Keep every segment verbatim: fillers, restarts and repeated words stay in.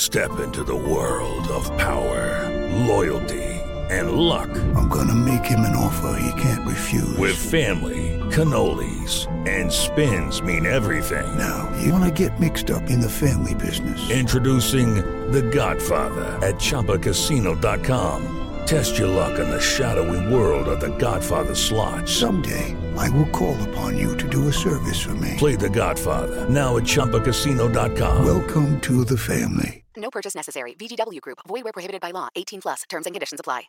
Step into the world of power, loyalty, and luck. I'm gonna make him an offer he can't refuse. With family, cannolis, and spins mean everything. Now, you wanna get mixed up in the family business. Introducing The Godfather at Chumba Casino dot com. Test your luck in the shadowy world of The Godfather slot. Someday, I will call upon you to do a service for me. Play The Godfather now at Chumba Casino dot com. Welcome to the family. No purchase necessary. V G W Group. Void where prohibited by law. eighteen plus. Terms and conditions apply.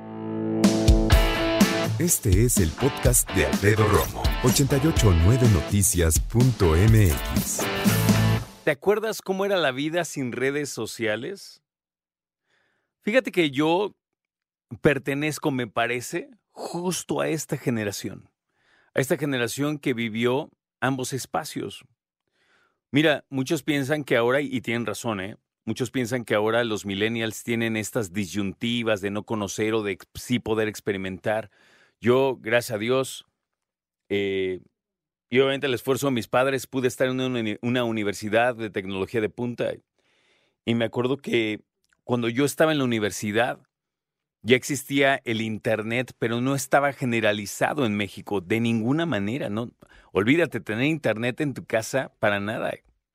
Este es el podcast de Alfredo Romo. ochenta y ocho punto nueve noticias punto m x. ¿Te acuerdas cómo era la vida sin redes sociales? Fíjate que yo pertenezco, me parece, justo a esta generación. A esta generación que vivió ambos espacios. Mira, muchos piensan que ahora, y tienen razón, ¿eh? Muchos piensan que ahora los millennials tienen estas disyuntivas de no conocer o de sí poder experimentar. Yo, gracias a Dios, eh, y obviamente el esfuerzo de mis padres, pude estar en una, una universidad de tecnología de punta. Y me acuerdo que cuando yo estaba en la universidad, ya existía el internet, pero no estaba generalizado en México de ninguna manera, ¿no? Olvídate tener internet en tu casa para nada.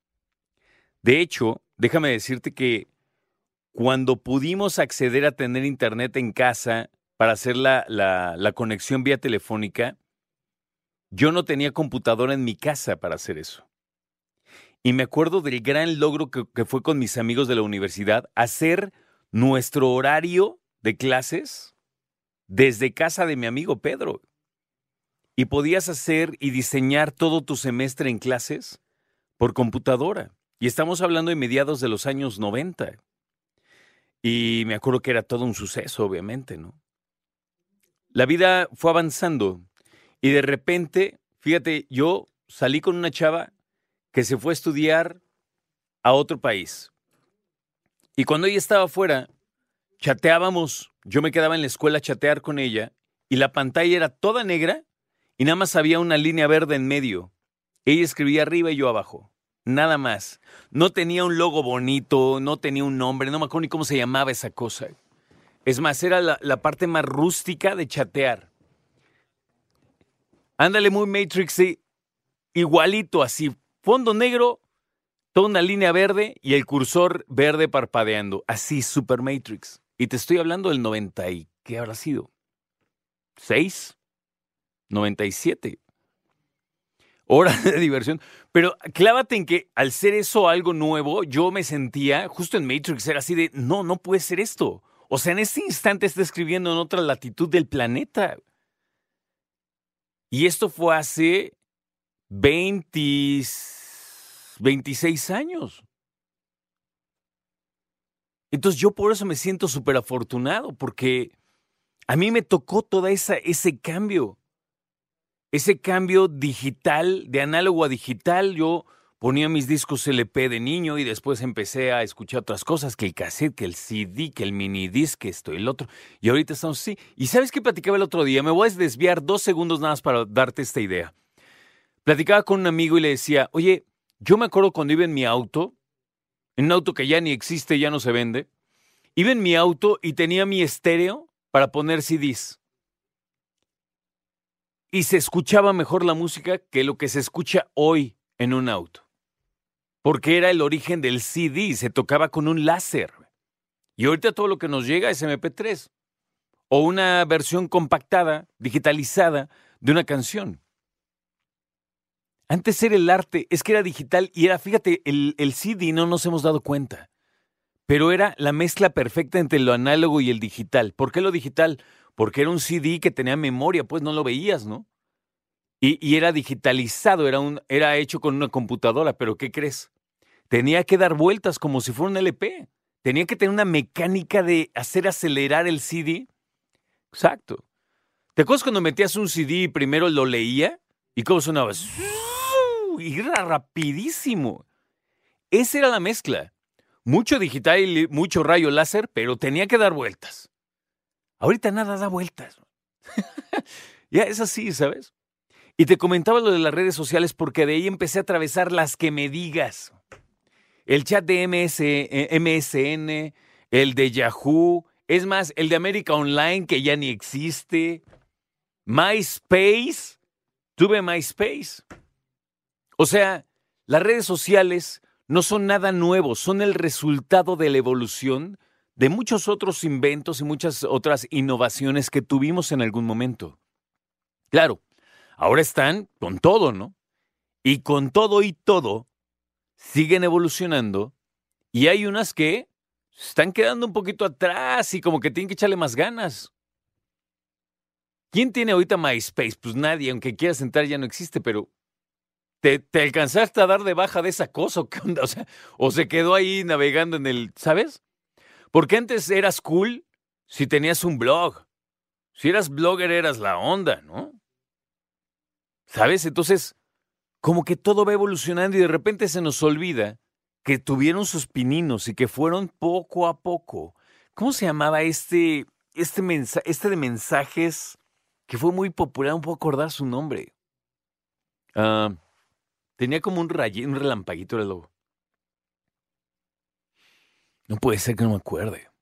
De hecho, déjame decirte que cuando pudimos acceder a tener internet en casa para hacer la, la, la conexión vía telefónica, yo no tenía computadora en mi casa para hacer eso. Y me acuerdo del gran logro que, que fue con mis amigos de la universidad, hacer nuestro horario de clases desde casa de mi amigo Pedro. Y podías hacer y diseñar todo tu semestre en clases por computadora. Y estamos hablando de mediados de los años noventa. Y me acuerdo que era todo un suceso, obviamente, ¿no? La vida fue avanzando y de repente, fíjate, yo salí con una chava que se fue a estudiar a otro país. Y cuando ella estaba afuera, chateábamos, yo me quedaba en la escuela a chatear con ella y la pantalla era toda negra y nada más había una línea verde en medio. Ella escribía arriba y yo abajo. Nada más. No tenía un logo bonito, no tenía un nombre, no me acuerdo ni cómo se llamaba esa cosa. Es más, era la, la parte más rústica de chatear. Ándale muy Matrix, sí, igualito así. Fondo negro, toda una línea verde y el cursor verde parpadeando. Así, Super Matrix. Y te estoy hablando del noventa y... ¿Qué habrá sido? ¿seis? noventa y siete. Hora de diversión. Pero clávate en que al ser eso algo nuevo, yo me sentía, justo en Matrix, era así de, no, no puede ser esto. O sea, en este instante está escribiendo en otra latitud del planeta. Y esto fue hace veinte, veintiséis años. Entonces yo por eso me siento súper afortunado, porque a mí me tocó todo esa, ese cambio. Ese cambio digital, de análogo a digital. Yo ponía mis discos L P de niño y después empecé a escuchar otras cosas, que el cassette, que el C D, que el minidisc, que esto y el otro. Y ahorita estamos así. ¿Y sabes qué platicaba el otro día? Me voy a desviar dos segundos nada más para darte esta idea. Platicaba con un amigo y le decía, oye, yo me acuerdo cuando iba en mi auto, en un auto que ya ni existe, ya no se vende, iba en mi auto y tenía mi estéreo para poner C Ds. Y se escuchaba mejor la música que lo que se escucha hoy en un auto. Porque era el origen del C D, se tocaba con un láser. Y ahorita todo lo que nos llega es eme pe tres. O una versión compactada, digitalizada, de una canción. Antes era el arte, es que era digital y era, fíjate, el, el C D no nos hemos dado cuenta. Pero era la mezcla perfecta entre lo análogo y el digital. ¿Por qué lo digital? Porque era un C D que tenía memoria, pues no lo veías, ¿no? Y, y era digitalizado, era, un, era hecho con una computadora, pero ¿qué crees? Tenía que dar vueltas como si fuera un ele pe. Tenía que tener una mecánica de hacer acelerar el C D. Exacto. ¿Te acuerdas cuando metías un C D y primero lo leía? ¿Y cómo sonaba? Y era rapidísimo. Esa era la mezcla. Mucho digital y mucho rayo láser, pero tenía que dar vueltas. Ahorita nada da vueltas. Ya es así, ¿sabes? Y te comentaba lo de las redes sociales porque de ahí empecé a atravesar las que me digas. el chat de M S, M S N, el de Yahoo, es más, el de América Online, que ya ni existe, MySpace, tuve MySpace. O sea, las redes sociales no son nada nuevo, son el resultado de la evolución de muchos otros inventos y muchas otras innovaciones que tuvimos en algún momento. Claro, ahora están con todo, ¿no? Y con todo y todo, siguen evolucionando y hay unas que están quedando un poquito atrás y como que tienen que echarle más ganas. ¿Quién tiene ahorita MySpace? Pues nadie, aunque quieras entrar ya no existe, pero ¿te, te alcanzaste a dar de baja de esa cosa o qué onda? O sea, o se quedó ahí navegando en el, ¿sabes? Porque antes eras cool si tenías un blog. Si eras blogger eras la onda, ¿no? ¿Sabes? Entonces, como que todo va evolucionando y de repente se nos olvida que tuvieron sus pininos y que fueron poco a poco. ¿Cómo se llamaba este, este, mensa- este de mensajes que fue muy popular? No puedo acordar su nombre. Uh, tenía como un rayito, un relampaguito de logo. No puede ser que no me acuerde.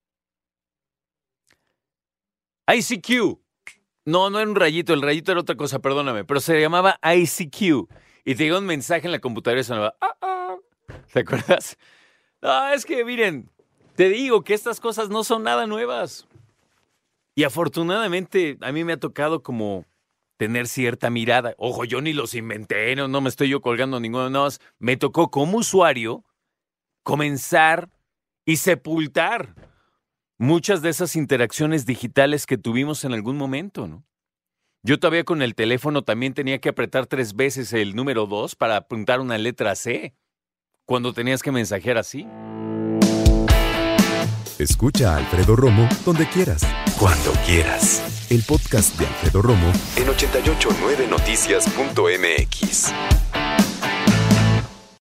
I C Q. No, no era un rayito, el rayito era otra cosa, perdóname, pero se llamaba I C Q. Y te llegó un mensaje en la computadora y sonaba, ah, ah. ¿Te acuerdas? No, es que miren, te digo que estas cosas no son nada nuevas. Y afortunadamente a mí me ha tocado como tener cierta mirada. Ojo, yo ni los inventé, no, no me estoy yo colgando ninguno. No, me tocó como usuario comenzar y sepultar muchas de esas interacciones digitales que tuvimos en algún momento, ¿no? Yo todavía con el teléfono también tenía que apretar tres veces el número dos para apuntar una letra C cuando tenías que mensajear así. Escucha a Alfredo Romo donde quieras, cuando quieras. El podcast de Alfredo Romo en ochenta y ocho punto nueve noticias punto m x.